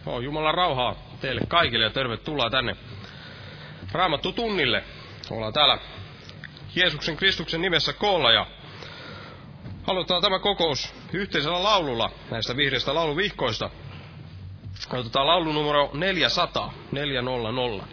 Jumalan rauhaa teille kaikille ja tervetuloa tänne Raamattu tunnille. Ollaan täällä Jeesuksen Kristuksen nimessä koolla ja aloitetaan tämä kokous yhteisellä laululla näistä vihreistä lauluvihkoista. Otetaan laulu numero 400, 400.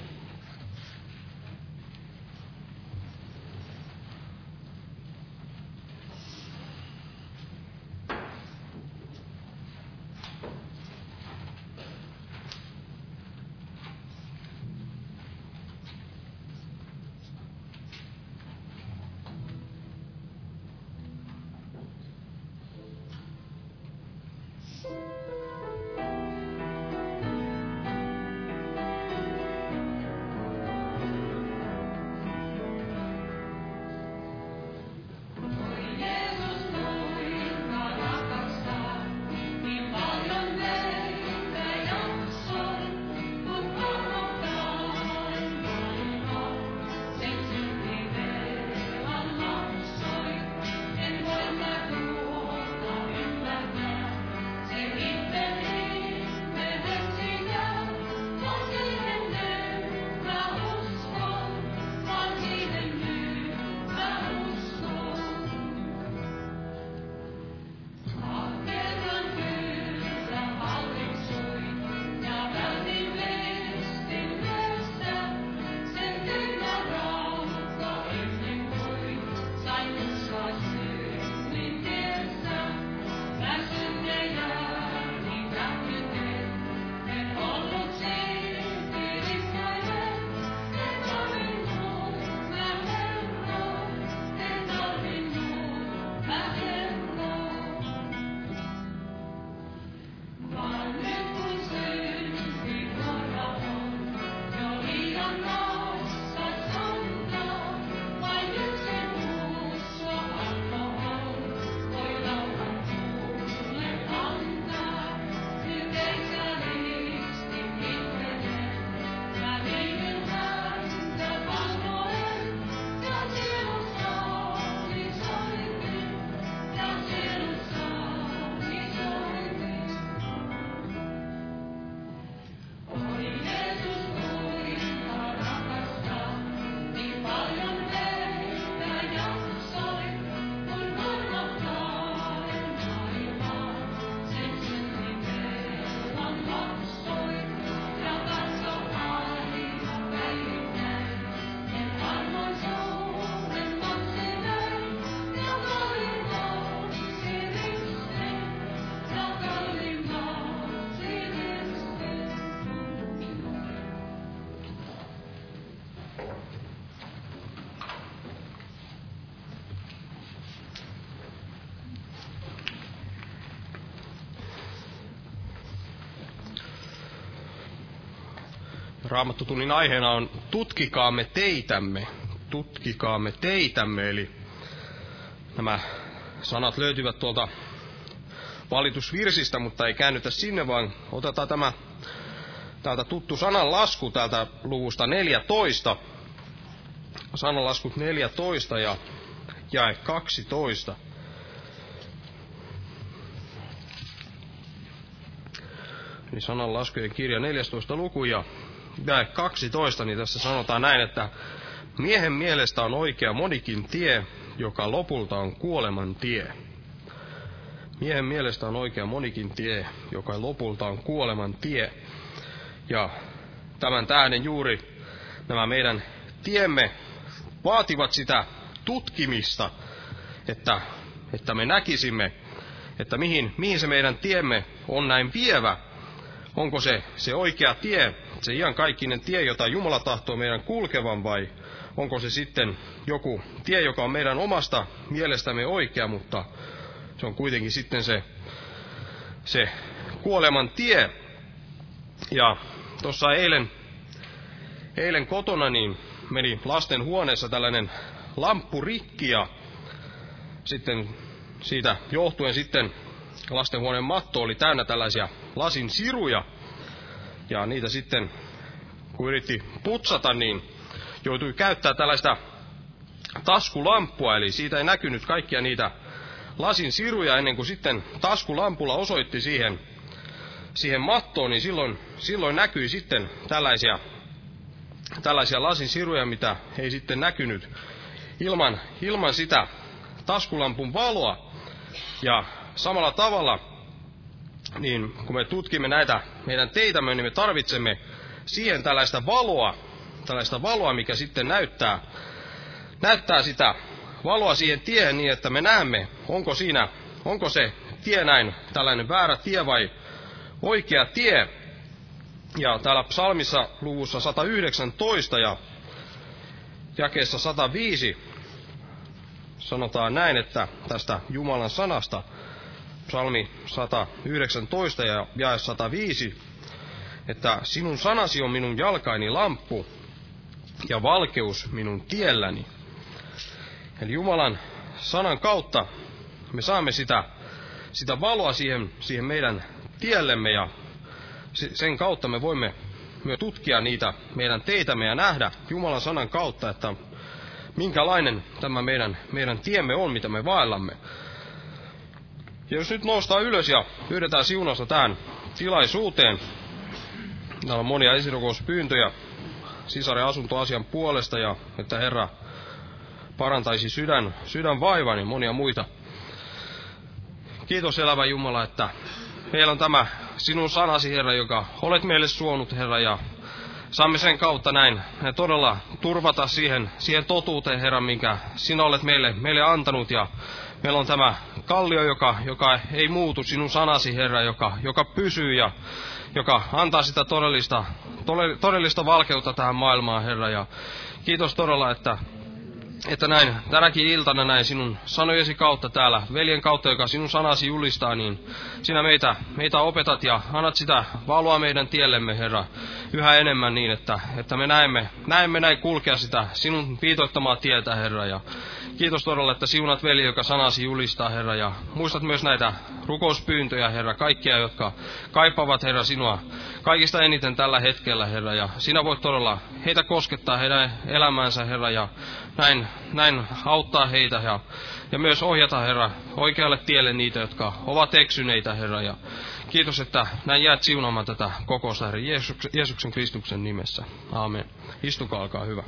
Raamattutunnin aiheena on tutkikaamme teitämme. Tutkikaamme teitämme, eli nämä sanat löytyvät tuolta valitusvirsistä, mutta ei käännytä sinne, vaan otetaan tämä täältä tuttu sananlasku täältä luvusta 14. Sananlaskut 14 ja jae 12. Eli sananlaskujen kirja 14 luku ja jae 12, niin tässä sanotaan näin, että miehen mielestä on oikea monikin tie, joka lopulta on kuoleman tie. Miehen mielestä on oikea monikin tie, joka lopulta on kuoleman tie. Ja tämän tähden juuri nämä meidän tiemme vaativat sitä tutkimista, että me näkisimme, että mihin se meidän tiemme on näin vievä. Onko se oikea tie, se iankaikkinen tie, jota Jumala tahtoo meidän kulkevan, vai onko se sitten joku tie, joka on meidän omasta mielestämme oikea, mutta se on kuitenkin sitten se kuoleman tie. Ja tuossa eilen kotona niin meni lasten huoneessa tällainen lamppu rikki ja sitten siitä johtuen sitten lastenhuoneen matto oli täynnä tällaisia lasin siruja ja niitä sitten kun yritti putsata, niin joutui käyttämään tällaista taskulamppua, eli siitä ei näkynyt kaikkia niitä lasin siruja ennen kuin sitten taskulampulla osoitti siihen mattoon, niin silloin näkyi sitten tällaisia lasinsiruja, mitä ei sitten näkynyt ilman sitä taskulampun valoa. Ja samalla tavalla, niin kun me tutkimme näitä meidän teitämme, niin me tarvitsemme siihen tällaista valoa, mikä sitten näyttää sitä valoa siihen tiehen niin, että me näemme, onko se tie näin tällainen väärä tie vai oikea tie. Ja täällä psalmissa luvussa 119 ja jakeessa 105 sanotaan näin, että tästä Jumalan sanasta, psalmi 119 ja jae 105, että sinun sanasi on minun jalkaini lamppu ja valkeus minun tielläni. Eli Jumalan sanan kautta me saamme sitä valoa siihen meidän tiellemme, ja sen kautta me voimme myös tutkia niitä meidän teitämme ja nähdä Jumalan sanan kautta, että minkälainen tämä meidän tiemme on, mitä me vaellamme. Ja jos nyt noustaan ylös ja pyydetään siunausta tähän tilaisuuteen. Täällä on monia esirukouspyyntöjä sisaren asuntoasian puolesta, ja että Herra parantaisi sydänvaivan ja monia muita. Kiitos elävä Jumala, että meillä on tämä sinun sanasi, Herra, joka olet meille suonut, Herra, ja saamme sen kautta näin todella turvata siihen totuuteen, Herra, minkä sinä olet meille antanut. Ja meillä on tämä kallio, joka ei muutu, sinun sanasi, Herra, joka pysyy ja joka antaa sitä todellista valkeutta tähän maailmaan, Herra. Ja kiitos todella, että näin tänäkin iltana näin sinun sanojesi kautta täällä, veljen kautta, joka sinun sanasi julistaa, niin sinä meitä opetat ja annat sitä valoa meidän tiellemme, Herra, yhä enemmän niin, että me näemme näin kulkea sitä sinun viitoittamaa tietä, Herra. Ja kiitos todella, että siunat veli, joka sanasi julistaa, Herra, ja muistat myös näitä rukouspyyntöjä, Herra, kaikkia, jotka kaipaavat, Herra, sinua kaikista eniten tällä hetkellä, Herra, ja sinä voit todella heitä koskettaa heidän elämäänsä, Herra, ja näin auttaa heitä ja myös ohjata, Herra, oikealle tielle niitä, jotka ovat eksyneitä, Herra, ja kiitos, että näin jäät siunaamaan tätä kokousta, Herra, Jeesuksen Kristuksen nimessä. Aamen. Istukaa, olkaa hyvä.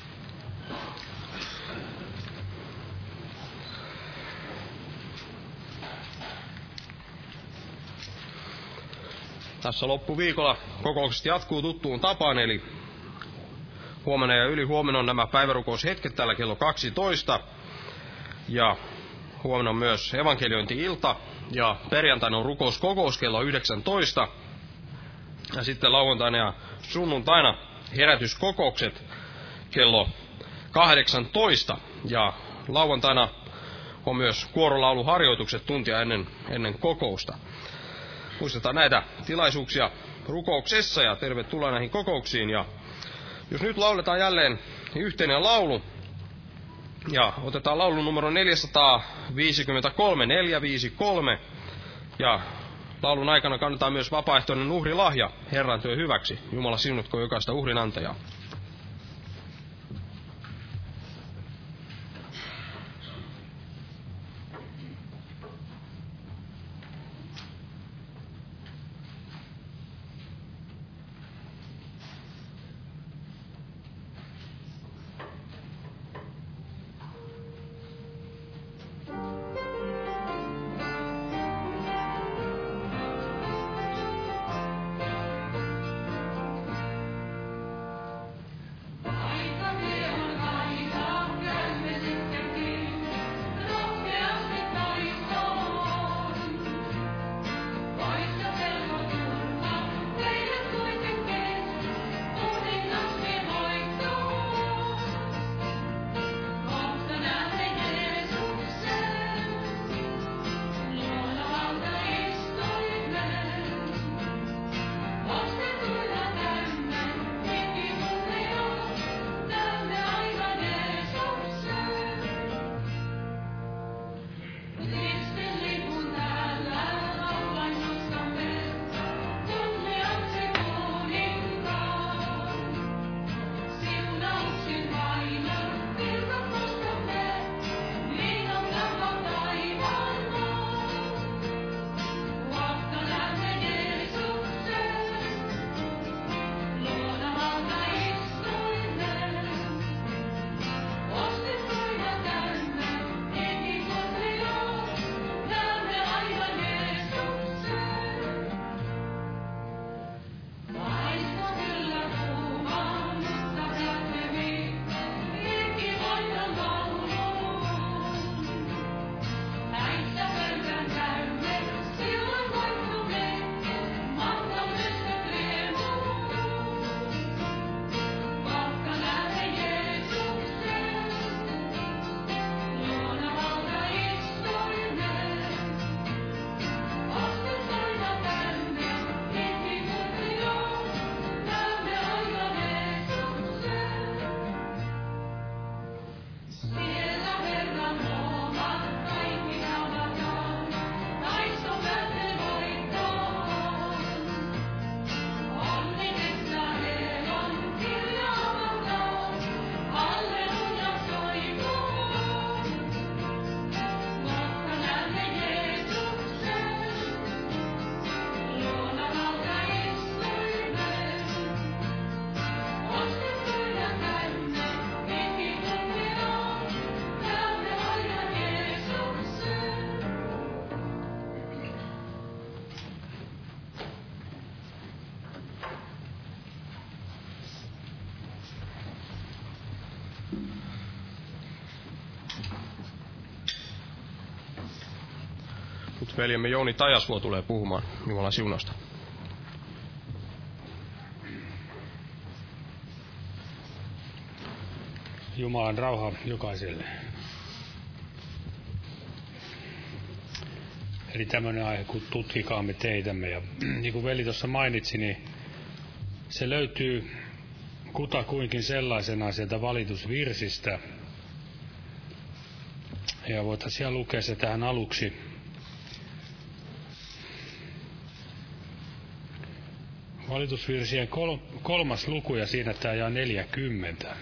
Tässä loppuviikolla kokoukset jatkuu tuttuun tapaan, eli huomenna ja ylihuomenna on nämä päivärukoushetket täällä kello 12. Ja huomenna on myös evankeliointi-ilta ja perjantaina on rukouskokous kello 19. Ja sitten lauantaina ja sunnuntaina herätyskokoukset kello 18. Ja lauantaina on myös kuorolauluharjoitukset tuntia ennen kokousta. Muistetaan näitä tilaisuuksia rukouksessa ja tervetuloa näihin kokouksiin. Ja jos nyt lauletaan jälleen yhteinen laulu, ja otetaan laulun numero 453, ja laulun aikana kannetaan myös vapaaehtoinen uhrilahja Herran työn hyväksi. Jumala siunatko jokaista uhrin antajaa. veljemme Jouni Tajasvuo tulee puhumaan Jumalan siunausta. Jumalan rauha jokaiselle. Eli tämmöinen aihe, kun tutkikaamme teitämme. Ja niin kuin veli tuossa mainitsi, niin se löytyy kutakuinkin sellaisena sieltä valitusvirsistä. Ja voitaisiin lukea se tähän aluksi. Valitusvirsien 3. luku ja siinä tämä jää 40.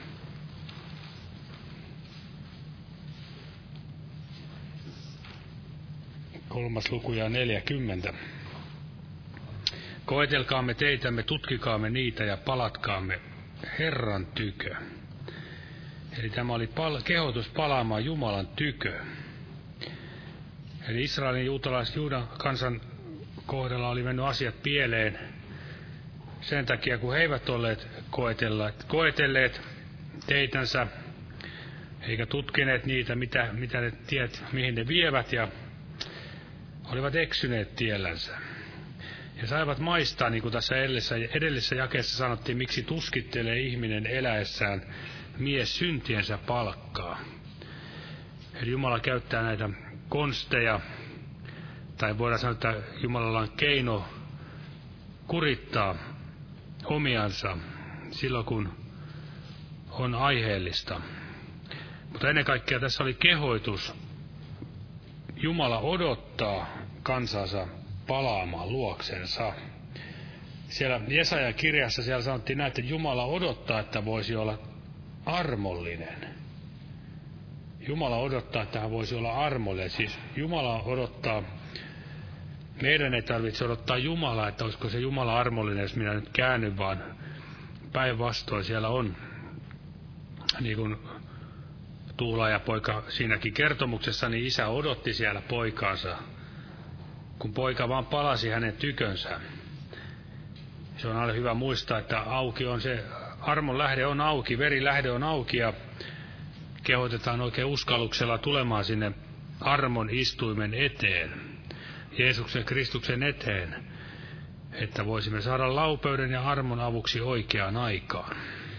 Kolmas luku ja 40. Koetelkaamme teitämme, tutkikaamme niitä ja palatkaamme Herran tykö. Eli tämä oli kehotus palaamaan Jumalan tykö. Eli Israelin Juudan kansan kohdalla oli mennyt asiat pieleen sen takia, kun he eivät olleet koetelleet teitänsä, eikä tutkineet niitä, mitä ne tiet, mihin ne vievät, ja olivat eksyneet tiellänsä. Ja saivat maistaa, niin kuin tässä edellisessä jakeessa sanottiin, miksi tuskittelee ihminen eläessään mies syntiensä palkkaa. Eli Jumala käyttää näitä konsteja, tai voidaan sanoa, että Jumalalla on keino kurittaa omiansa silloin, kun on aiheellista. Mutta ennen kaikkea tässä oli kehoitus. Jumala odottaa kansansa palaamaan luoksensa. Siellä Jesajan kirjassa siellä sanottiin näin, että Jumala odottaa, että voisi olla armollinen. Jumala odottaa, että hän voisi olla armollinen. Siis Jumala odottaa, meidän ei tarvitse odottaa Jumalaa, että olisiko se Jumala armollinen, jos minä nyt käännyn, vaan päinvastoin siellä on, niin kuin tuhlaajapoika siinäkin kertomuksessa, niin isä odotti siellä poikaansa, kun poika vaan palasi hänen tykönsä. Se on aina hyvä muistaa, että auki on se, armon lähde on auki, verilähde on auki, ja kehotetaan oikein uskalluksella tulemaan sinne armon istuimen eteen, Jeesuksen Kristuksen eteen, että voisimme saada laupeuden ja armon avuksi oikeaan aikaan.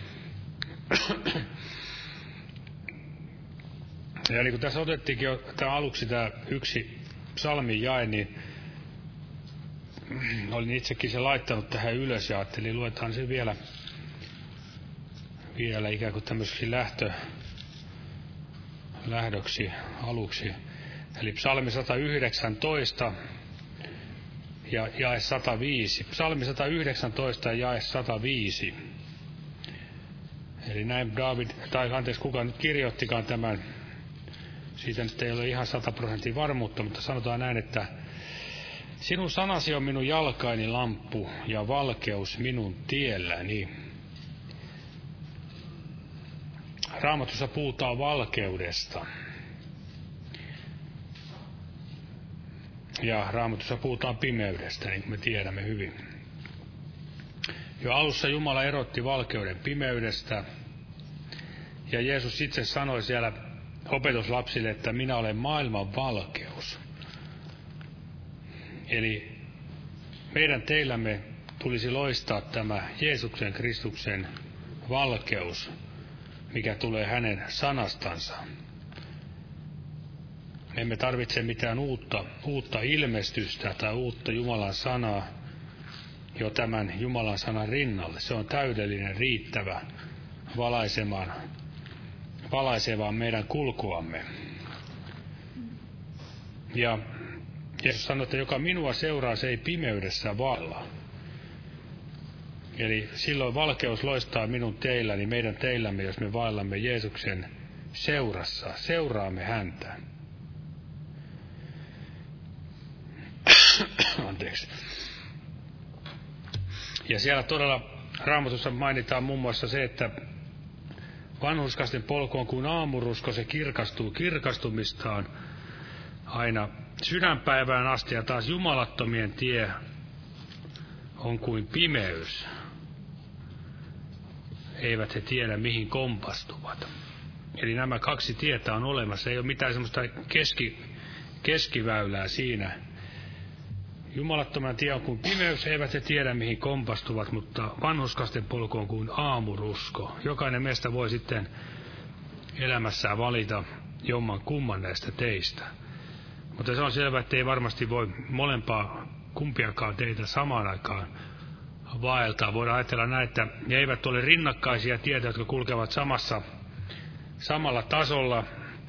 Ja niin kuin tässä otettiinkin jo tämä aluksi tämä yksi psalmin jae, niin olin itsekin se laittanut tähän ylös ja ajattelin, luetaan se vielä ikään kuin tämmöiseksi lähdöksi aluksi. Eli psalmi 119 ja jae 105. Psalmi 119 ja jae 105. Eli näin kuka nyt kirjoittikaan tämän, siitä nyt ei ole ihan 100% varmuutta, mutta sanotaan näin, että sinun sanasi on minun jalkaini lamppu ja valkeus minun tielläni. Raamatussa puhutaan valkeudesta. Ja Raamatussa puhutaan pimeydestä, niin kuin me tiedämme hyvin. Jo alussa Jumala erotti valkeuden pimeydestä. Ja Jeesus itse sanoi siellä opetuslapsille, että minä olen maailman valkeus. Eli meidän teillämme tulisi loistaa tämä Jeesuksen Kristuksen valkeus, mikä tulee hänen sanastansa. Me emme tarvitse mitään uutta ilmestystä tai uutta Jumalan sanaa jo tämän Jumalan sanan rinnalle. Se on täydellinen, riittävä, valaisevaan meidän kulkuamme. Ja Jeesus sanoi, että joka minua seuraa, se ei pimeydessä vaella. Eli silloin valkeus loistaa minun teilläni, meidän teillämme, jos me vaellamme Jeesuksen seurassa. Seuraamme häntä. Anteeksi. Ja siellä todella Raamatussa mainitaan muun muassa se, että vanhurskasten polku on kuin aamurusko, se kirkastuu kirkastumistaan aina sydänpäivään asti, ja taas jumalattomien tie on kuin pimeys. Eivät he tiedä, mihin kompastuvat. Eli nämä 2 tietä on olemassa, ei ole mitään semmoista keskiväylää siinä. Jumalattoman tie on kuin pimeys, eivät he tiedä mihin kompastuvat, mutta vanhurskasten polku on kuin aamurusko. Jokainen meistä voi sitten elämässään valita jomman kumman näistä teistä. Mutta se on selvä, että ei varmasti voi molempaa kumpiakaan teitä samaan aikaan vaeltaa. Voidaan ajatella näin, että ne eivät ole rinnakkaisia tietä, jotka kulkevat samalla tasolla,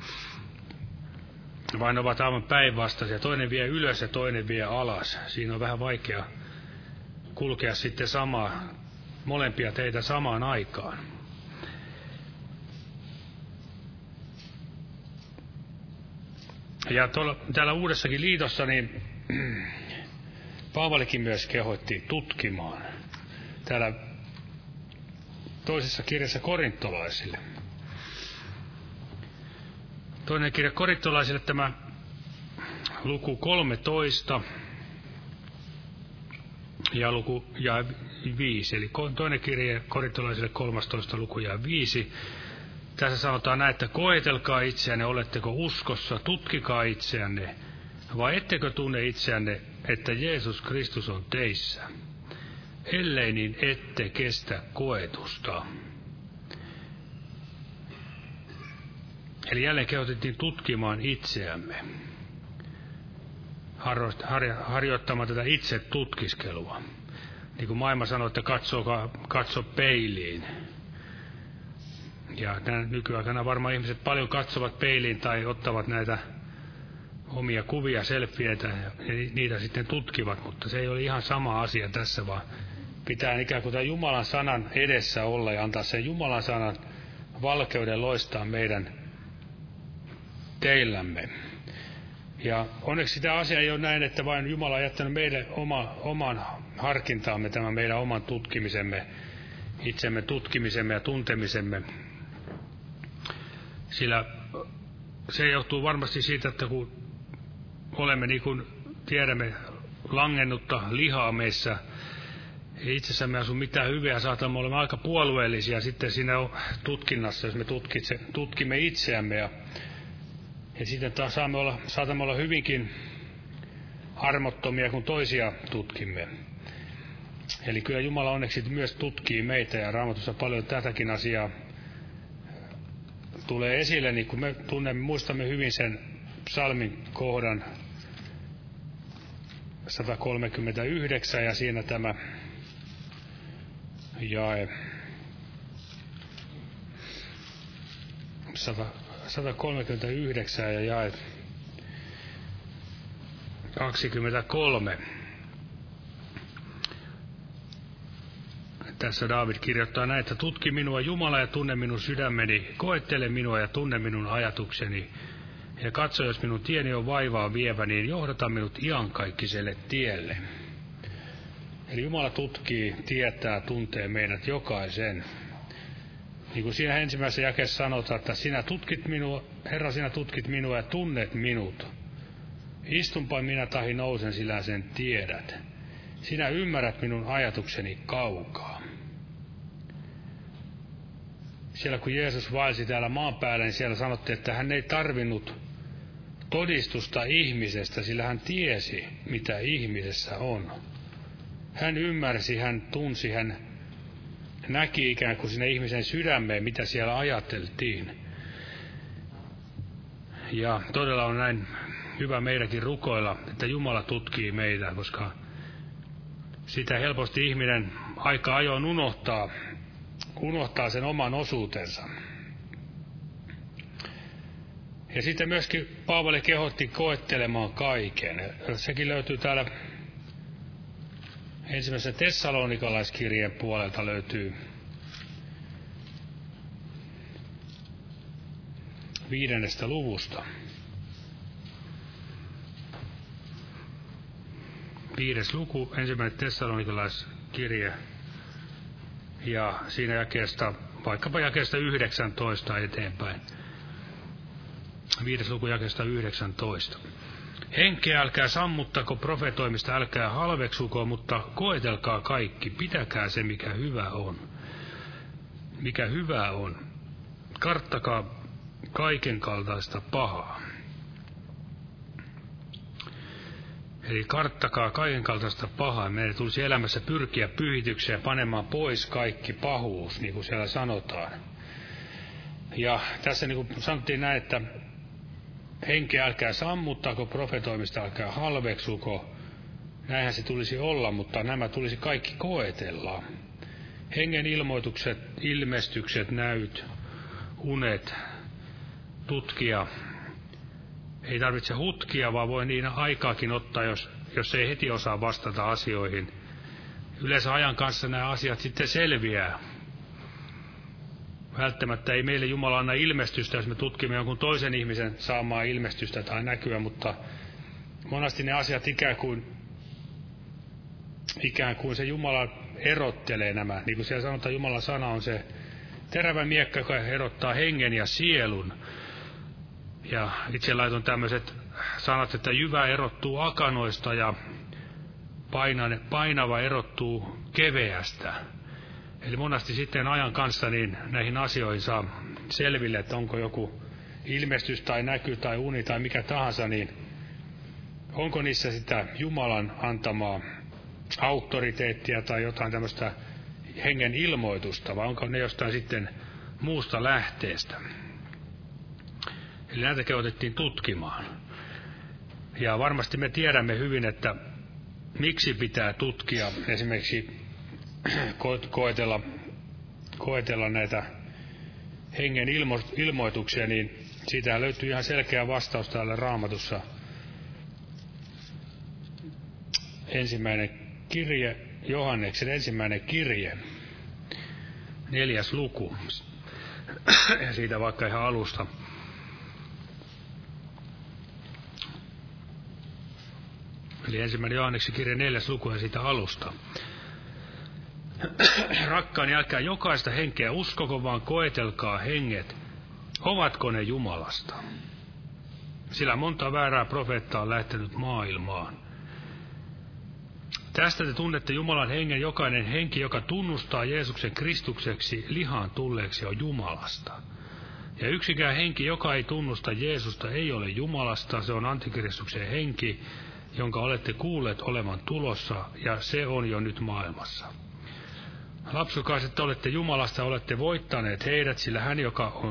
vaan ne ovat aivan päinvastaisia. Toinen vie ylös ja toinen vie alas. Siinä on vähän vaikea kulkea sitten molempia teitä samaan aikaan. Ja täällä Uudessakin liitossa niin Paavalikin myös kehoitti tutkimaan. Täällä toisessa kirjassa korintolaisille. Toinen kirja korintolaisille, tämä luku 13 ja luku 5. Eli toinen kirja korintolaisille 13 luku ja 5. Tässä sanotaan näin, että koetelkaa itseänne, oletteko uskossa, tutkikaa itseänne, vai ettekö tunne itseänne, että Jeesus Kristus on teissä? Ellei, niin ette kestä koetusta. Eli jälleen kehotettiin tutkimaan itseämme, harjoittamaan tätä itse tutkiskelua. Niin kuin maailma sanoo, että katso peiliin. Ja nykyaikana varmaan ihmiset paljon katsovat peiliin tai ottavat näitä omia kuvia, selfieitä ja niitä sitten tutkivat, mutta se ei ole ihan sama asia tässä, vaan pitää ikään kuin tämän Jumalan sanan edessä olla ja antaa sen Jumalan sanan valkeuden loistaa meidän teillämme. Ja onneksi sitä asiaa ei ole näin, että vain Jumala on jättänyt meille oman harkintaamme, tämän meidän oman tutkimisemme, itsemme tutkimisemme ja tuntemisemme. Sillä se johtuu varmasti siitä, että kun olemme niin kuin tiedämme langennutta lihaa meissä, ei itsessämme asu mitään hyvää, saatamme olla aika puolueellisia sitten siinä tutkinnassa, jos me tutkimme itseämme ja sitten taas saatamme olla hyvinkin armottomia, kun toisia tutkimme. Eli kyllä Jumala onneksi myös tutkii meitä ja Raamatussa paljon tätäkin asiaa tulee esille, niin kun me muistamme hyvin sen psalmin kohdan 139 ja siinä tämä jae 139 ja jae 23. Tässä Daavid kirjoittaa näin, että tutki minua Jumala ja tunne minun sydämeni, koettele minua ja tunne minun ajatukseni. Ja katso, jos minun tieni on vaivaa vievä, niin johdata minut iankaikkiselle tielle. Eli Jumala tutkii, tietää, tuntee meidät jokaisen. Niin kuin siinä ensimmäisessä jakeessa sanotaan, että sinä tutkit minua, Herra, sinä tutkit minua ja tunnet minut. Istunpa minä tahi nousen, sillä sen tiedät. Sinä ymmärrät minun ajatukseni kaukaa. Siellä kun Jeesus vaelsi täällä maan päällä, niin siellä sanottiin, että hän ei tarvinnut todistusta ihmisestä, sillä hän tiesi, mitä ihmisessä on. Hän ymmärsi, hän tunsi, hän näki ikään kuin sinne ihmisen sydämeen, mitä siellä ajateltiin. Ja todella on näin hyvä meidänkin rukoilla, että Jumala tutkii meitä, koska sitä helposti ihminen aika ajoin unohtaa sen oman osuutensa. Ja sitten myöskin Paavali kehotti koettelemaan kaiken. Sekin löytyy täällä ensimmäisen Tessalonikalaiskirjeen puolelta löytyy 5. luvusta. 5. luku, 1. Tessalonikalaiskirje, ja siinä vaikkapa jakeesta 19 eteenpäin. 5. luku jakeesta 19. Henkeä älkää sammuttako, profetoimista älkää halveksuko, mutta koetelkaa kaikki, pitäkää se mikä hyvä on. Mikä hyvä on. Karttakaa kaiken kaltaista pahaa. Eli karttakaa kaiken kaltaista pahaa. Meidän tulisi elämässä pyrkiä pyhitykseen ja panemaan pois kaikki pahuus, niin kuin siellä sanotaan. Ja tässä niin kuin sanottiin näin, että henkeä älkää sammuttako, profetoimista älkää halveksuko. Näinhän se tulisi olla, mutta nämä tulisi kaikki koetella. Hengen ilmoitukset, ilmestykset, näyt, unet, tutkia. Ei tarvitse hutkia, vaan voi niin aikaakin ottaa, jos ei heti osaa vastata asioihin. Yleensä ajan kanssa nämä asiat sitten selviää. Välttämättä ei meille Jumala anna ilmestystä, jos me tutkimme jonkun toisen ihmisen saamaa ilmestystä tai näkyä, mutta monasti ne asiat ikään kuin se Jumala erottelee nämä. Niin kuin siellä sanotaan, Jumalan sana on se terävä miekka, joka erottaa hengen ja sielun. Ja itse laiton tämmöiset sanat, että jyvä erottuu akanoista ja painava erottuu keveästä. Eli monasti sitten ajan kanssa niin näihin asioihin saa selville, että onko joku ilmestys tai näky tai uni tai mikä tahansa, niin onko niissä sitä Jumalan antamaa auktoriteettia tai jotain tämmöistä hengen ilmoitusta, vai onko ne jostain sitten muusta lähteestä. Eli näitä kehotettiin tutkimaan. Ja varmasti me tiedämme hyvin, että miksi pitää tutkia, esimerkiksi koetella näitä hengen ilmoituksia, niin siitä löytyy ihan selkeä vastaus täällä Raamatussa. Ensimmäinen kirje, Johanneksen ensimmäinen kirje, 4. luku, ja siitä vaikka ihan alusta. Eli ensimmäinen Johanneksen kirje 4. luku ja siitä alusta. Rakkaani, älkää jokaista henkeä uskoko, vaan koetelkaa henget, ovatko ne Jumalasta. Sillä monta väärää profeettaa on lähtenyt maailmaan. Tästä te tunnette Jumalan hengen, jokainen henki, joka tunnustaa Jeesuksen Kristukseksi lihaan tulleeksi, on Jumalasta. Ja yksikään henki, joka ei tunnusta Jeesusta, ei ole Jumalasta, se on antikristuksen henki, jonka olette kuulleet olevan tulossa, ja se on jo nyt maailmassa. Lapsukaiset, olette Jumalasta, olette voittaneet heidät, sillä hän,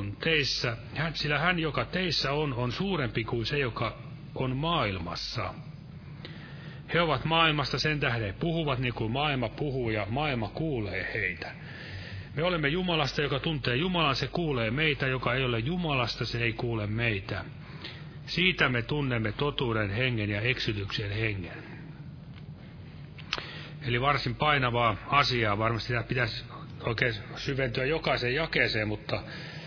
joka teissä on suurempi kuin se, joka on maailmassa. He ovat maailmasta, sen tähden puhuvat niin kuin maailma puhuu, ja maailma kuulee heitä. Me olemme Jumalasta, joka tuntee Jumalan, se kuulee meitä, joka ei ole Jumalasta, se ei kuule meitä. Siitä me tunnemme totuuden hengen ja eksytyksen hengen. Eli varsin painavaa asiaa, varmasti sitä pitäisi oikein syventyä jokaiseen jakeeseen, mutta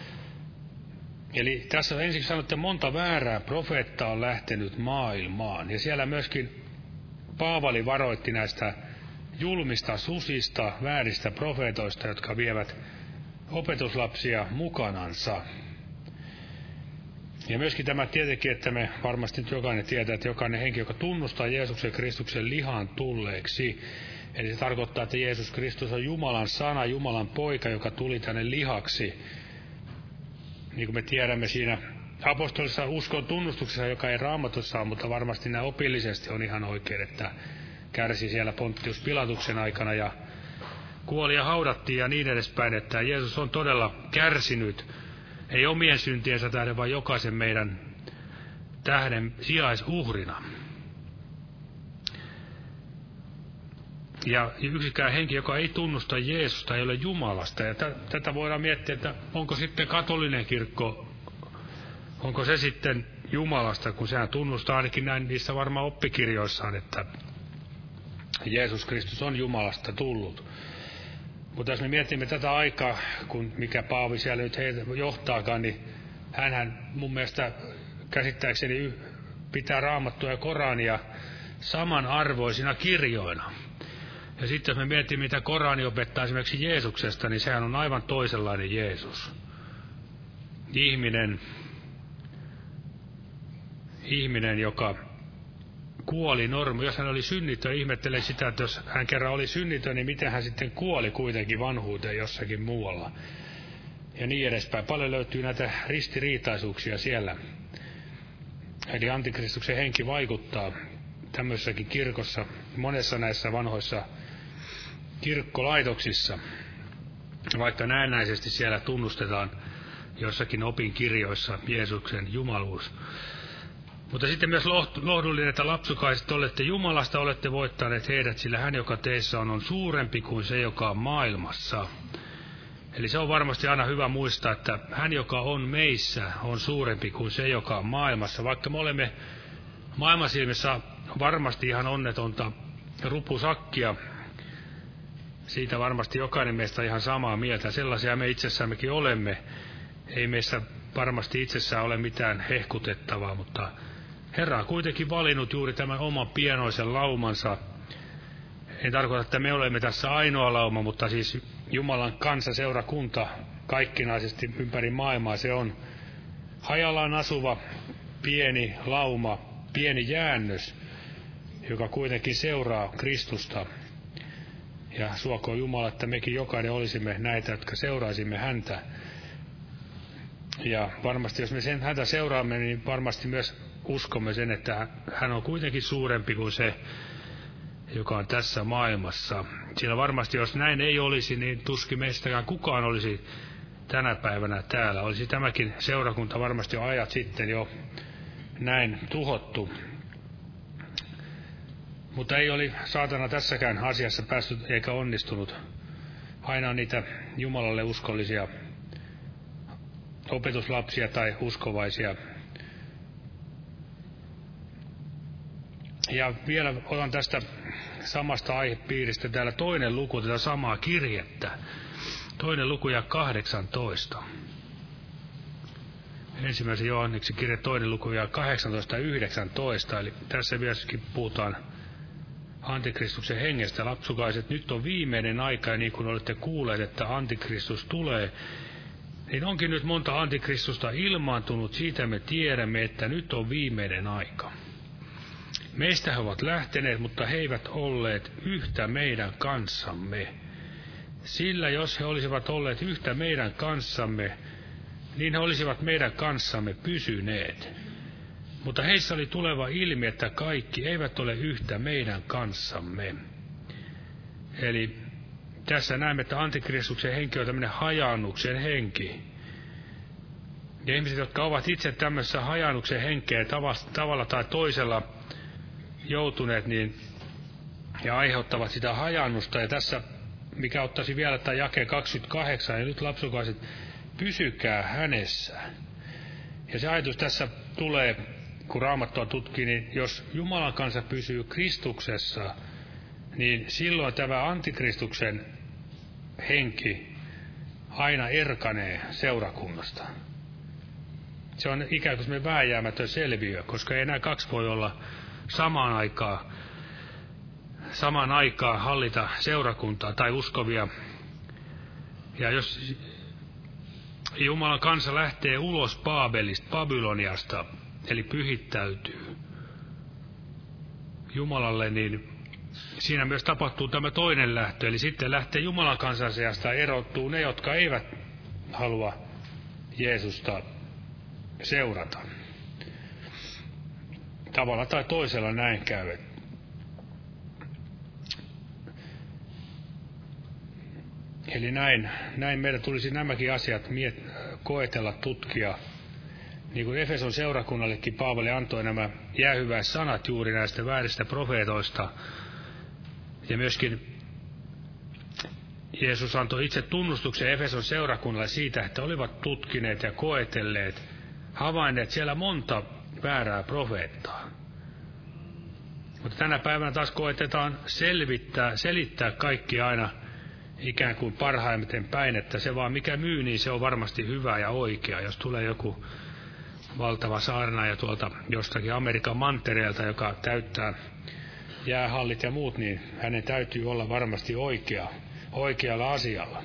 eli tässä on ensiksi sanottu, että monta väärää profeettaa on lähtenyt maailmaan, ja siellä myöskin Paavali varoitti näistä julmista susista, vääristä profeetoista, jotka vievät opetuslapsia mukanansa. Ja myöskin tämä tietenkin, että me varmasti nyt jokainen tietää, että jokainen henki, joka tunnustaa Jeesuksen Kristuksen lihaan tulleeksi, eli se tarkoittaa, että Jeesus Kristus on Jumalan sana, Jumalan poika, joka tuli tänne lihaksi. Niin kuin me tiedämme siinä apostolisessa uskon tunnustuksessa, joka ei Raamatussa ole, mutta varmasti nämä opillisesti on ihan oikein, että kärsi siellä Pontius Pilatuksen aikana ja kuoli ja haudattiin ja niin edespäin, että Jeesus on todella kärsinyt, ei omien syntiensä tähden, vaan jokaisen meidän tähden sijaisuhrina. Ja yksikään henki, joka ei tunnusta Jeesusta, ei ole Jumalasta. Ja tätä voidaan miettiä, että onko sitten katolinen kirkko, onko se sitten Jumalasta, kun sehän tunnustaa ainakin näin niissä varmaan oppikirjoissaan, että Jeesus Kristus on Jumalasta tullut. Mutta jos me mietimme tätä aikaa, kun mikä Paavi siellä nyt heitä johtaakaan, niin hänhän mun mielestä käsittääkseni pitää Raamattua ja Korania samanarvoisina kirjoina. Ja sitten jos me mietimme, mitä Korani opettaa esimerkiksi Jeesuksesta, niin sehän on aivan toisenlainen Jeesus. Ihminen, joka kuoli normi. Jos hän oli synnitön, ihmettelee sitä, että jos hän kerran oli synnitön, niin miten hän sitten kuoli kuitenkin vanhuuteen jossakin muualla. Ja niin edespäin. Paljon löytyy näitä ristiriitaisuuksia siellä. Eli antikristuksen henki vaikuttaa tämmöisessäkin kirkossa, monessa näissä vanhoissa kirkkolaitoksissa, vaikka näennäisesti siellä tunnustetaan jossakin opinkirjoissa Jeesuksen jumaluus. Mutta sitten myös lohdullinen, että lapsukaiset olette Jumalasta, olette voittaneet heidät, sillä hän, joka teissä on suurempi kuin se, joka on maailmassa. Eli se on varmasti aina hyvä muistaa, että hän, joka on meissä, on suurempi kuin se, joka on maailmassa. Vaikka me olemme maailman silmissä varmasti ihan onnetonta rupusakkia, siitä varmasti jokainen meistä on ihan samaa mieltä. Sellaisia me itsessämmekin olemme. Ei meissä varmasti itsessään ole mitään hehkutettavaa, mutta Herra on kuitenkin valinnut juuri tämän oman pienoisen laumansa. En tarkoita, että me olemme tässä ainoa lauma, mutta siis Jumalan kansa, seurakunta, kaikkinaisesti ympäri maailmaa, se on hajallaan asuva pieni lauma, pieni jäännös, joka kuitenkin seuraa Kristusta. Ja suokoon Jumala, että mekin jokainen olisimme näitä, jotka seuraisimme häntä. Ja varmasti, jos me häntä seuraamme, niin varmasti myös uskomme sen, että hän on kuitenkin suurempi kuin se, joka on tässä maailmassa. Sillä varmasti, jos näin ei olisi, niin tuskin meistäkään kukaan olisi tänä päivänä täällä. Olisi tämäkin seurakunta varmasti jo ajat sitten jo näin tuhottu. Mutta ei oli saatana tässäkään asiassa päässyt eikä onnistunut. Aina on niitä Jumalalle uskollisia opetuslapsia tai uskovaisia. Ja vielä otan tästä samasta aihepiiristä täällä toinen luku, tätä samaa kirjettä. Toinen luku ja 18. Ensimmäisen Johanneksen kirje toinen luku ja 18:19. Eli tässä myöskin puhutaan Antikristuksen hengestä. Lapsukaiset, nyt on viimeinen aika, ja niin kuin olette kuulleet, että Antikristus tulee, niin onkin nyt monta Antikristusta ilmaantunut, siitä me tiedämme, että nyt on viimeinen aika. Meistä he ovat lähteneet, mutta he eivät olleet yhtä meidän kanssamme. Sillä jos he olisivat olleet yhtä meidän kanssamme, niin he olisivat meidän kanssamme pysyneet. Mutta heissä oli tuleva ilmi, että kaikki eivät ole yhtä meidän kanssamme. Eli tässä näemme, että Antikristuksen henki on tämmöinen hajaannuksen henki. Ja ihmiset, jotka ovat itse tämmöisessä hajaannuksen henkeen tavalla tai toisella joutuneet, niin, ja aiheuttavat sitä hajaannusta. Ja tässä, mikä ottaisi vielä tämä jakeen 28, ja nyt lapsukaiset, pysykää hänessä. Ja se ajatus tässä tulee, kun Raamattua tutkii, niin jos Jumalan kansa pysyy Kristuksessa, niin silloin tämä Antikristuksen henki aina erkanee seurakunnasta. Se on ikään kuin semmoinen vääjäämätön selviö, koska ei enää kaksi voi olla samaan aikaan hallita seurakuntaa tai uskovia. Ja jos Jumalan kansa lähtee ulos Babyloniasta, eli pyhittäytyy Jumalalle, niin siinä myös tapahtuu tämä toinen lähtö, eli sitten lähtee Jumalan kansan seasta ja erottuu ne, jotka eivät halua Jeesusta seurata. Tavalla tai toisella näin käy. Eli näin meidän tulisi nämäkin asiat koetella, tutkia. Niin kuin Efeson seurakunnallekin Paavali antoi nämä jäähyväissanat juuri näistä vääristä profeetoista. Ja myöskin Jeesus antoi itse tunnustuksen Efeson seurakunnalle siitä, että olivat tutkineet ja koetelleet, havainneet siellä monta väärää profeettaa. Mutta tänä päivänä taas koetetaan selittää kaikki aina ikään kuin parhaimmiten päin, että se vaan mikä myy, niin se on varmasti hyvä ja oikea. Jos tulee joku valtava saarnaaja tuolta jostakin Amerikan mantereelta, joka täyttää jäähallit ja muut, niin hänen täytyy olla varmasti oikealla asialla.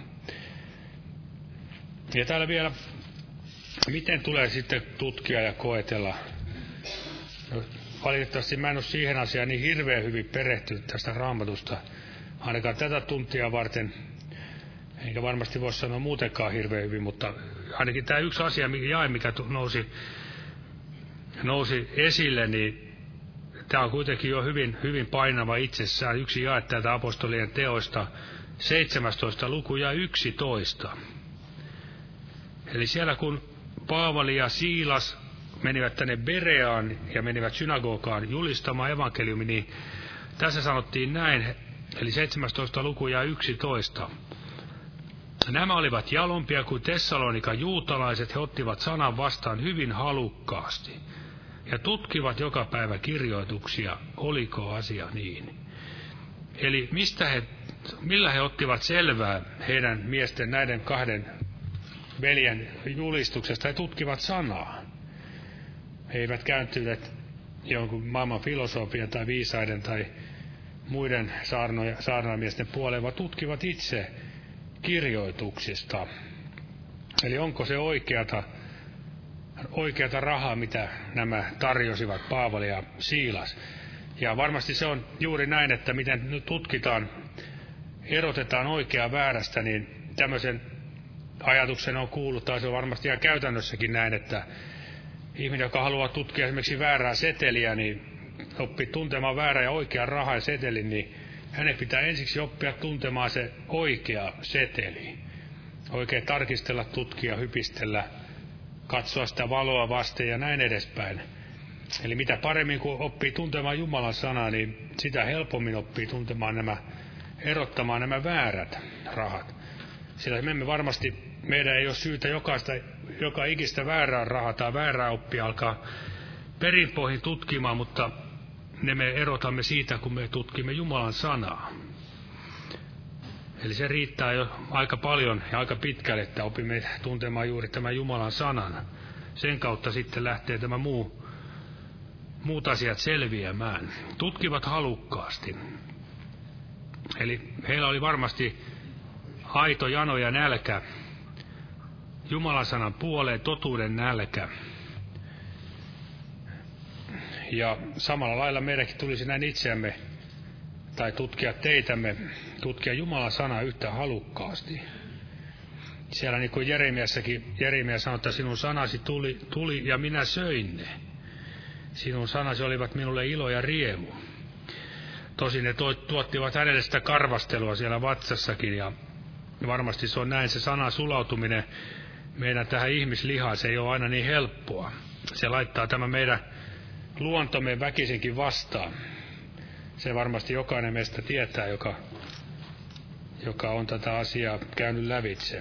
Ja täällä vielä, miten tulee sitten tutkia ja koetella? No, valitettavasti mä en ole siihen asiaan niin hirveän hyvin perehtynyt tästä Raamatusta, ainakaan tätä tuntia varten, enkä varmasti voi sanoa muutenkaan hirveän hyvin, mutta ainakin tämä yksi asia, mikä nousi esille, niin tämä on kuitenkin jo hyvin, hyvin painava itsessään. Yksi jae täältä apostolien teoista, 17. luku ja 11. Eli siellä kun Paavali ja Siilas menivät tänne Bereaan ja menivät synagogaan julistamaan evankeliumi, niin tässä sanottiin näin, eli 17. luku ja 11. Nämä olivat jalompia kuin Tessalonikan juutalaiset, he ottivat sanan vastaan hyvin halukkaasti ja tutkivat joka päivä kirjoituksia, oliko asia niin. Eli millä he ottivat selvää heidän miesten, näiden kahden veljen julistuksesta, he tutkivat sanaa. He eivät kääntyneet jonkun maailman filosofian tai viisaiden tai muiden saarnaamiesten puoleen, vaan tutkivat itse kirjoituksista. Eli onko se oikeata rahaa, mitä nämä tarjosivat, Paavali ja Siilas. Ja varmasti se on juuri näin, että miten nyt tutkitaan, erotetaan oikeaa väärästä, niin tämmöisen ajatuksen on kuullut, tai se on varmasti ihan käytännössäkin näin, että ihminen, joka haluaa tutkia esimerkiksi väärää seteliä, niin oppii tuntemaan väärää ja oikean rahan setelin, niin hänen pitää ensiksi oppia tuntemaan se oikea seteli. Oikein tarkistella, tutkia, hypistellä, katsoa sitä valoa vasten ja näin edespäin. Eli mitä paremmin kun oppii tuntemaan Jumalan sanaa, niin sitä helpommin oppii tuntemaan erottamaan nämä väärät rahat. Sillä meidän ei ole syytä joka ikistä väärää rahaa tai väärää oppia alkaa perinpohjin tutkimaan, mutta ne me erotamme siitä, kun me tutkimme Jumalan sanaa. Eli se riittää jo aika paljon ja aika pitkälle, että opimme tuntemaan juuri tämän Jumalan sanan. Sen kautta sitten lähtee tämä muut asiat selviämään. Tutkivat halukkaasti. Eli heillä oli varmasti aito jano ja nälkä Jumalan sanan puoleen, totuuden nälkä. Ja samalla lailla meidänkin tulisi näin itseämme, tai tutkia teitämme, tutkia Jumalan sanaa yhtä halukkaasti. Siellä niin kuin Jeremia sanoi, että sinun sanasi tuli ja minä söin ne. Sinun sanasi olivat minulle ilo ja riemu. Tosin ne tuottivat hänelle sitä karvastelua siellä vatsassakin, ja varmasti se on näin, se sanan sulautuminen meidän tähän ihmislihaan, se ei ole aina niin helppoa. Se laittaa tämä meidän luontomme väkisinkin vastaan. Se varmasti jokainen meistä tietää, joka on tätä asiaa käynyt lävitse.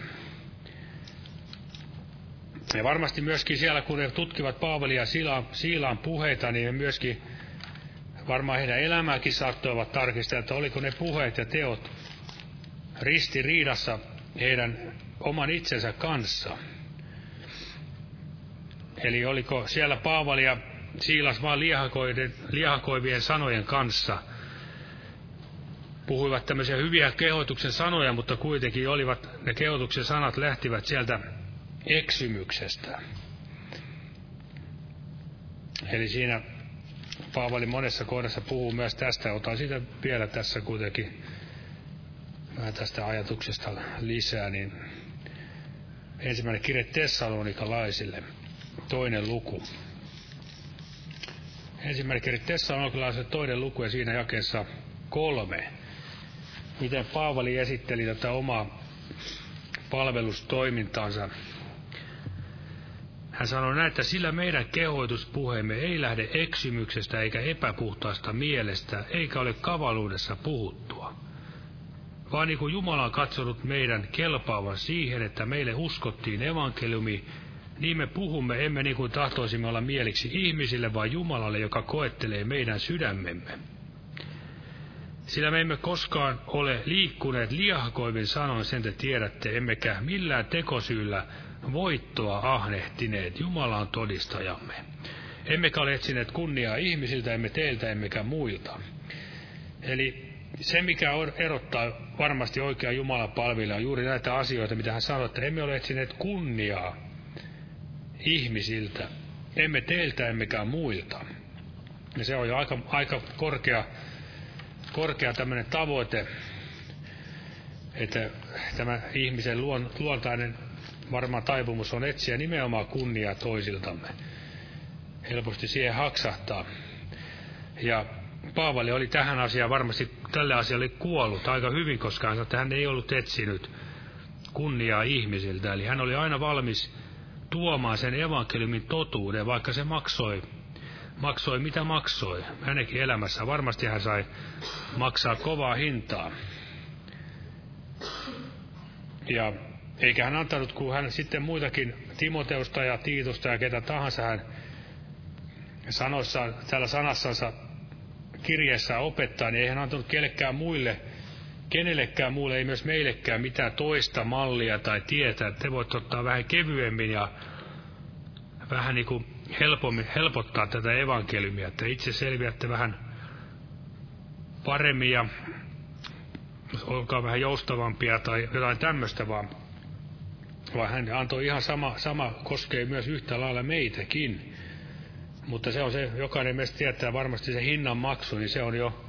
Ja varmasti myöskin siellä, kun he tutkivat Paavalin ja Siilaan puheita, niin myöskin varmaan heidän elämääkin saattoivat tarkistaa, että oliko ne puheet ja teot ristiriidassa heidän oman itsensä kanssa. Eli oliko siellä Paavali ja Siilas vaan liehakoivien sanojen kanssa. Puhuivat tämmöisiä hyviä kehotuksen sanoja, mutta kuitenkin ne kehotuksen sanat lähtivät sieltä eksymyksestä. Eli siinä Paavali monessa kohdassa puhuu myös tästä. Otan siitä vielä tässä kuitenkin vähän tästä ajatuksesta lisää. Niin ensimmäinen kirje Tessalonikalaisille, 2. luku. Ensimmäinen kirje Tessalonikalaisille, 2. luku ja siinä jakeessa 3. Miten Paavali esitteli tätä omaa palvelustoimintaansa. Hän sanoi näin, että sillä meidän kehoituspuheemme ei lähde eksymyksestä eikä epäpuhtaasta mielestä, eikä ole kavaluudessa puhuttua. Vaan niin kuin Jumala on katsonut meidän kelpaavan siihen, että meille uskottiin evankeliumi, niin me puhumme emme niin kuin tahtoisimme olla mieliksi ihmisille, vaan Jumalalle, joka koettelee meidän sydämemme. Sillä me emme koskaan ole liikkuneet liehakoivin sanoin, sen te tiedätte, emmekä millään tekosyyllä voittoa ahnehtineet, Jumala on todistajamme. Emmekä ole etsineet kunniaa ihmisiltä, emme teiltä, emmekä muilta. Eli se, mikä erottaa varmasti oikea Jumalan palvelija, on juuri näitä asioita, mitä hän sanoi, että emme ole etsineet kunniaa ihmisiltä, emme teiltä, emmekä muilta. Ja se on jo aika korkea tämmöinen tavoite, että tämä ihmisen luontainen varmaan taipumus on etsiä nimenomaan kunniaa toisiltamme. Helposti siihen haksahtaa. Ja Paavali oli tähän asiaan varmasti, tälle asialle kuollut aika hyvin, koska hän ei ollut etsinyt kunniaa ihmisiltä. Eli hän oli aina valmis tuomaan sen evankeliumin totuuden, vaikka se maksoi mitä maksoi. Hänenkin elämässä varmasti hän sai maksaa kovaa hintaa. Ja eikä hän antanut, kun hän sitten muitakin Timoteusta ja Tiitusta ja ketä tahansa hän sanoissaan, tällä sanassansa kirjeessä opettaa, niin ei hän antanut kenellekään muulle, ei myös meillekään mitään toista mallia tai tietä, että te voitte ottaa vähän kevyemmin ja vähän niin kuin helpottaa tätä evankeliumia, että itse selviätte vähän paremmin ja olkaa vähän joustavampia tai jotain tämmöistä, vaan hän antoi ihan sama koskee myös yhtä lailla meitäkin. Mutta se on se, jokainen meistä tietää varmasti se hinnan maksu, niin se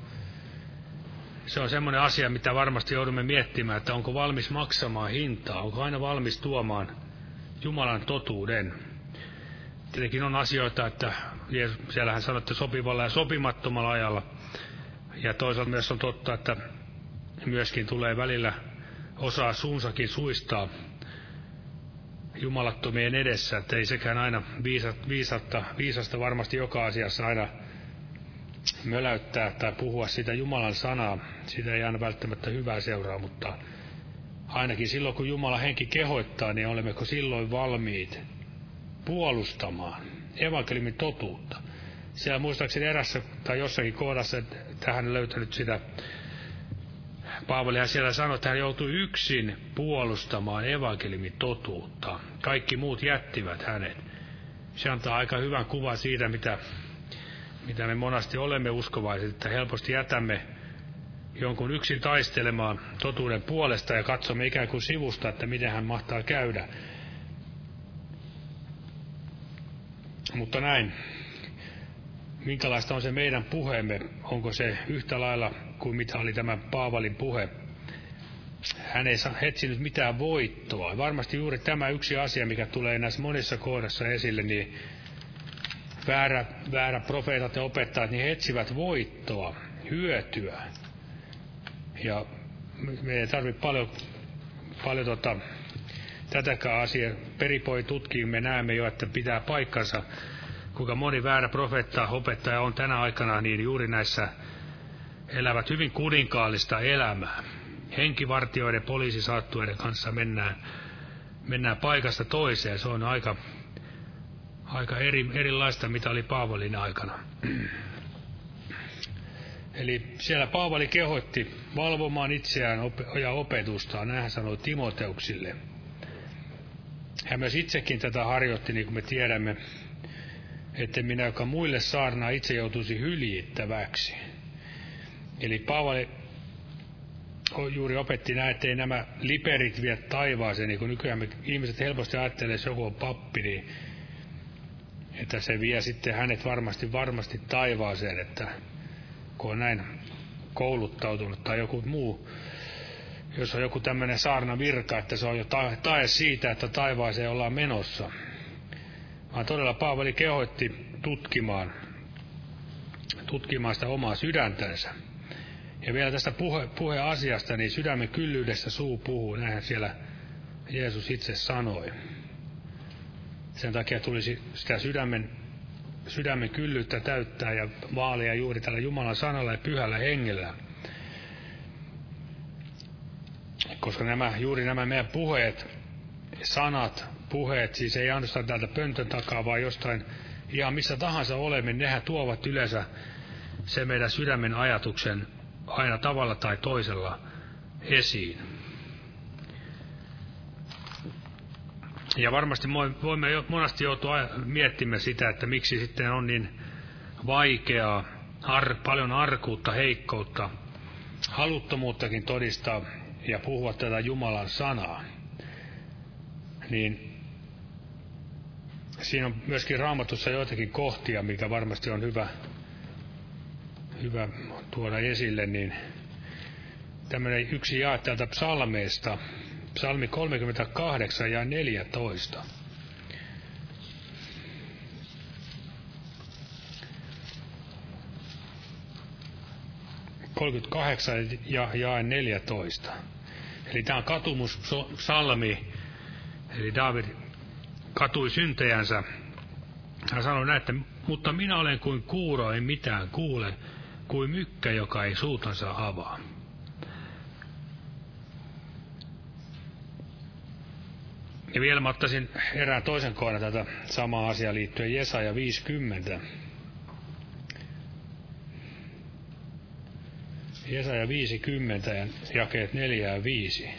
on semmoinen asia, mitä varmasti joudumme miettimään, että onko valmis maksamaan hintaa, onko aina valmis tuomaan Jumalan totuuden. Tietenkin on asioita, että siellähän sanotte sopivalla ja sopimattomalla ajalla. Ja toisaalta myös on totta, että myöskin tulee välillä osaa suunsakin suistaa jumalattomien edessä, että ei sekään aina viisasta varmasti joka asiassa aina möläyttää tai puhua sitä Jumalan sanaa. Siitä ei aina välttämättä hyvää seuraa, mutta ainakin silloin kun Jumalan henki kehoittaa, niin olemmeko silloin valmiit puolustamaan evankeliumin totuutta. Siellä muistaakseni erässä tai jossakin kohdassa, että tähän löytänyt sitä, Paavalihan siellä sanoi, että hän joutui yksin puolustamaan evankeliumin totuutta. Kaikki muut jättivät hänet. Se antaa aika hyvän kuvan siitä, mitä me monasti olemme uskovaiset, että helposti jätämme jonkun yksin taistelemaan totuuden puolesta ja katsomme ikään kuin sivusta, että miten hän mahtaa käydä. Mutta näin, minkälaista on se meidän puheemme? Onko se yhtä lailla kuin mitä oli tämä Paavalin puhe? Hän ei etsinyt mitään voittoa. Varmasti juuri tämä yksi asia, mikä tulee näissä monissa kohdassa esille, niin väärä profeetat ja opettajat, niin he etsivät voittoa, hyötyä. Ja me ei tarvitse paljon tätäkään asiaa. Peripoin tutkiin me näemme jo, että pitää paikkansa, kuinka moni väärä profeetta, opettaja on tänä aikana, niin juuri näissä elävät hyvin kuninkaallista elämää. Henkivartioiden, poliisisaattueiden kanssa mennään paikasta toiseen. Se on aika erilaista, mitä oli Paavalin aikana. Eli siellä Paavali kehotti valvomaan itseään ja opetustaan, näin hän sanoi Timoteuksille. Hän myös itsekin tätä harjoitti, niin kuin me tiedämme, että minä, joka muille saarnaa, itse joutuisi hyljittäväksi. Eli Paavali juuri opetti näin, ettei nämä liperit vie taivaaseen, niin kuin nykyään ihmiset helposti ajattelee, että joku on pappi, niin että se vie sitten hänet varmasti taivaaseen, että kun on näin kouluttautunut tai joku muu, jos on joku tämmöinen saarnavirka, että se on jo tae siitä, että taivaaseen ollaan menossa. Vaan todella Paavali kehoitti tutkimaan sitä omaa sydäntänsä. Ja vielä tästä puheasiasta, niin sydämen kyllyydessä suu puhuu, näinhän siellä Jeesus itse sanoi. Sen takia tulisi sitä sydämen kyllyyttä täyttää ja vaalia juuri tällä Jumalan sanalla ja pyhällä hengellä. Koska juuri nämä meidän puheet, siis ei ainoastaan täältä pöntön takaa, vaan jostain ihan missä tahansa olemme, nehän tuovat yleensä se meidän sydämen ajatuksen aina tavalla tai toisella esiin. Ja varmasti voimme monasti joutua miettimään sitä, että miksi sitten on niin vaikeaa, paljon arkuutta, heikkoutta, haluttomuuttakin todistaa ja puhua tätä Jumalan sanaa. Niin siinä on myöskin Raamatussa joitakin kohtia, mikä varmasti on hyvä tuoda esille, niin tämmöinen yksi jae täältä psalmeista, psalmi 38 ja 14. 38 ja jae 14. Eli tämä on katumussalmi. Eli Daavid katui syntejänsä. Hän sanoi näin, että mutta minä olen kuin kuuro, en mitään kuule, kuin mykkä, joka ei suutansa avaa. Ja vielä mä ottaisin erään toisen kohdan tätä samaa asiaa liittyen Jesaja 50. Jesaja 50 ja jakeet 4 ja 5.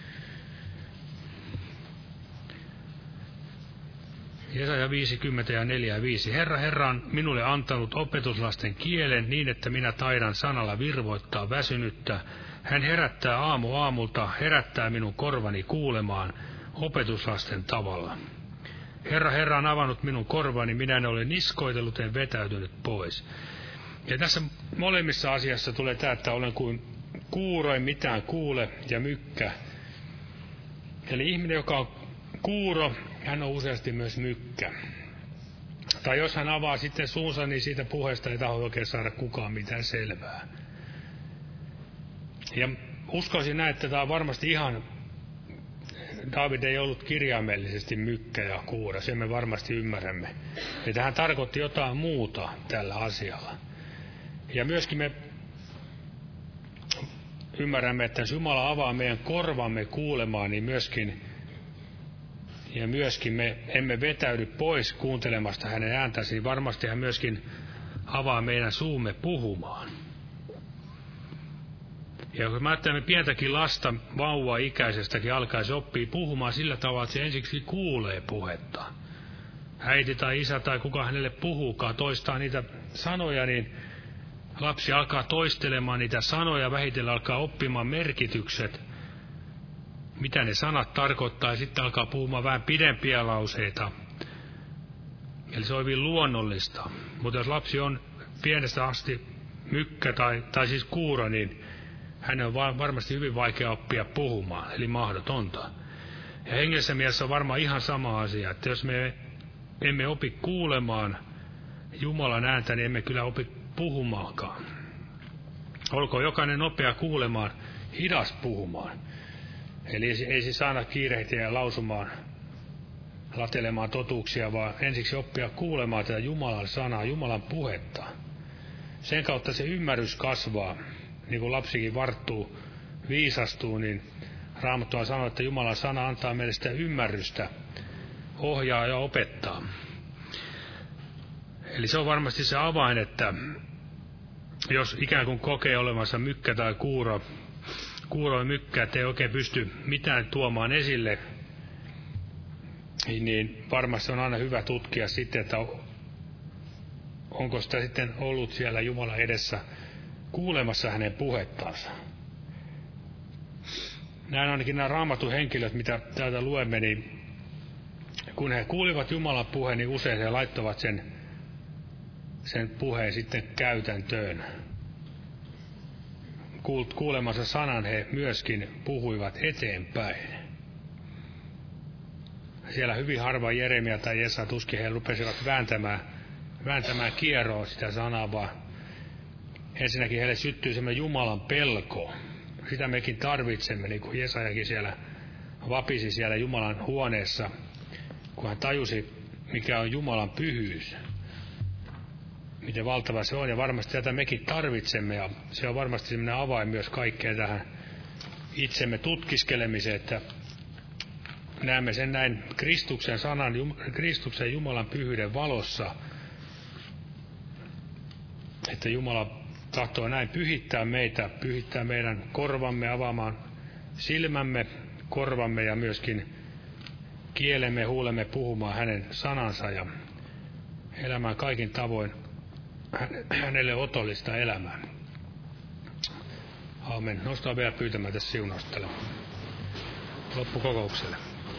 Jesaja 50 ja 4 ja 5. Herra on minulle antanut opetuslasten kielen niin, että minä taidan sanalla virvoittaa väsynyttä. Hän herättää aamulta, herättää minun korvani kuulemaan opetuslasten tavalla. Herra on avannut minun korvani, minä en ole niskoitellut, en vetäytynyt pois. Ja tässä molemmissa asiassa tulee tämä, että olen kuin kuuro, en mitään kuule, ja mykkä. Eli ihminen, joka on kuuro, hän on useasti myös mykkä. Tai jos hän avaa sitten suunsa, niin siitä puheesta ei taho oikein saada kukaan mitään selvää. Ja uskoisin näin, että tämä on varmasti ihan, Daavid ei ollut kirjaimellisesti mykkä ja kuuro, sen me varmasti ymmärrämme. Ja hän tarkoitti jotain muuta tällä asialla. Ja myöskin me ymmärrämme, että jos Jumala avaa meidän korvamme kuulemaan, niin myöskin me emme vetäydy pois kuuntelemasta hänen ääntänsä, niin varmasti hän myöskin avaa meidän suumme puhumaan. Ja kun me ajattelemme pientäkin lasta, vauva-ikäisestäkin alkaisi oppia puhumaan sillä tavalla, että se ensiksi kuulee puhetta. Äiti tai isä tai kuka hänelle puhuukaan, toistaa niitä sanoja, niin lapsi alkaa toistelemaan niitä sanoja, vähitellen alkaa oppimaan merkitykset, mitä ne sanat tarkoittaa, ja sitten alkaa puhumaan vähän pidempiä lauseita. Eli se on hyvin luonnollista. Mutta jos lapsi on pienestä asti mykkä tai siis kuuro, niin hänen on varmasti hyvin vaikea oppia puhumaan, eli mahdotonta. Ja hengessä mielessä on varmaan ihan sama asia, että jos me emme opi kuulemaan Jumalan ääntä, niin emme kyllä opi puhumaankaan. Olkoon jokainen nopea kuulemaan, hidas puhumaan. Eli ei siis saada kiirehtiä lausumaan, latelemaan totuuksia, vaan ensiksi oppia kuulemaan tätä Jumalan sanaa, Jumalan puhetta. Sen kautta se ymmärrys kasvaa. Niin kuin lapsikin varttuu, viisastuu, niin Raamattu sanoo, että Jumalan sana antaa meille sitä ymmärrystä, ohjaa ja opettaa. Eli se on varmasti se avain, että jos ikään kuin kokee olevansa mykkä tai kuuro ja mykkä, että ei oikein pysty mitään tuomaan esille, niin varmasti on aina hyvä tutkia sitten, että onko sitä sitten ollut siellä Jumalan edessä kuulemassa hänen puhettansa. Näin ainakin nämä Raamatun henkilöt, mitä täältä luemme, niin kun he kuulivat Jumalan puheen, niin usein he laittavat sen puheen sitten käytäntöön. Kuulemansa sanan he myöskin puhuivat eteenpäin. Siellä hyvin harva Jeremia tai Jesaja tuskin he rupesivat vääntämään kieroa sitä sanaa, vaan ensinnäkin heille syttyi semmoinen Jumalan pelko. Sitä mekin tarvitsemme, niin kuin Jesajakin siellä vapisi siellä Jumalan huoneessa, kun hän tajusi, mikä on Jumalan pyhyys. Miten valtava se on, ja varmasti tätä mekin tarvitsemme, ja se on varmasti semmoinen avain myös kaikkeen tähän itsemme tutkiskelemiseen, että näemme sen näin Kristuksen sanan, Kristuksen Jumalan pyhyyden valossa, että Jumala tahtoo näin pyhittää meitä, pyhittää meidän korvamme, avaamaan silmämme, korvamme ja myöskin kielemme, huulemme puhumaan hänen sanansa ja elämään kaikin tavoin hänelle otollista elämää. Aamen. Nostaa vielä pyytämään tässä siunausta loppukokoukselle.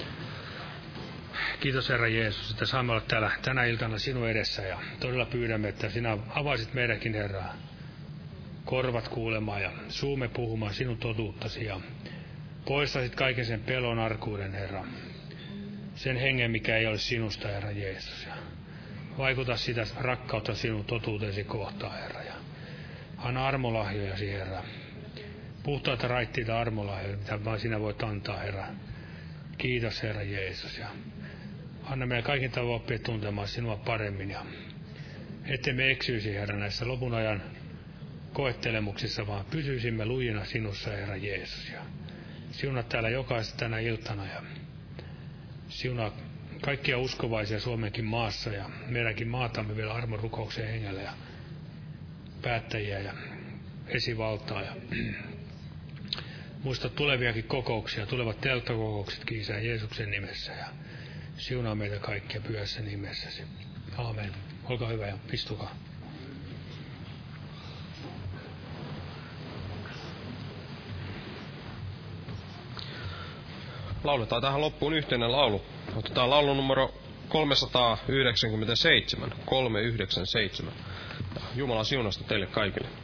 Kiitos Herra Jeesus, että saamme olla täällä tänä iltana sinun edessä ja todella pyydämme, että sinä avaisit meidänkin, Herra, korvat kuulemaan ja suumme puhumaan sinun totuuttasi ja poistasit kaiken sen pelon arkuuden, Herra. Sen hengen, mikä ei ole sinusta, Herra Jeesus. Ja vaikuta sitä rakkautta sinun totuutesi kohtaan, Herra. Ja Anna armolahjojasi, Herra. Puhtaita raittiita armolahjoja, mitä vain sinä voit antaa, Herra. Kiitos, Herra Jeesus. Ja anna meidän kaikin tavoin oppia tuntemaan sinua paremmin. Ja ettei me eksyisi, Herra, näissä lopun ajan koettelemuksissa, vaan pysyisimme lujina sinussa, Herra Jeesus. Ja siunaa täällä jokaista tänä iltana ja siunaa kaikkia uskovaisia Suomenkin maassa ja meidänkin maatamme vielä armon rukouksen hengellä ja päättäjiä ja esivaltaa. Ja muista tuleviakin kokouksia, tulevat telttakokouksetkin Isän Jeesuksen nimessä ja siunaa meitä kaikkia pyhässä nimessäsi. Aamen. Olkaa hyvä ja istukaa. Lauletaan tähän loppuun yhteinen laulu. Otetaan laulu numero 397. 397. Jumalan siunasta teille kaikille.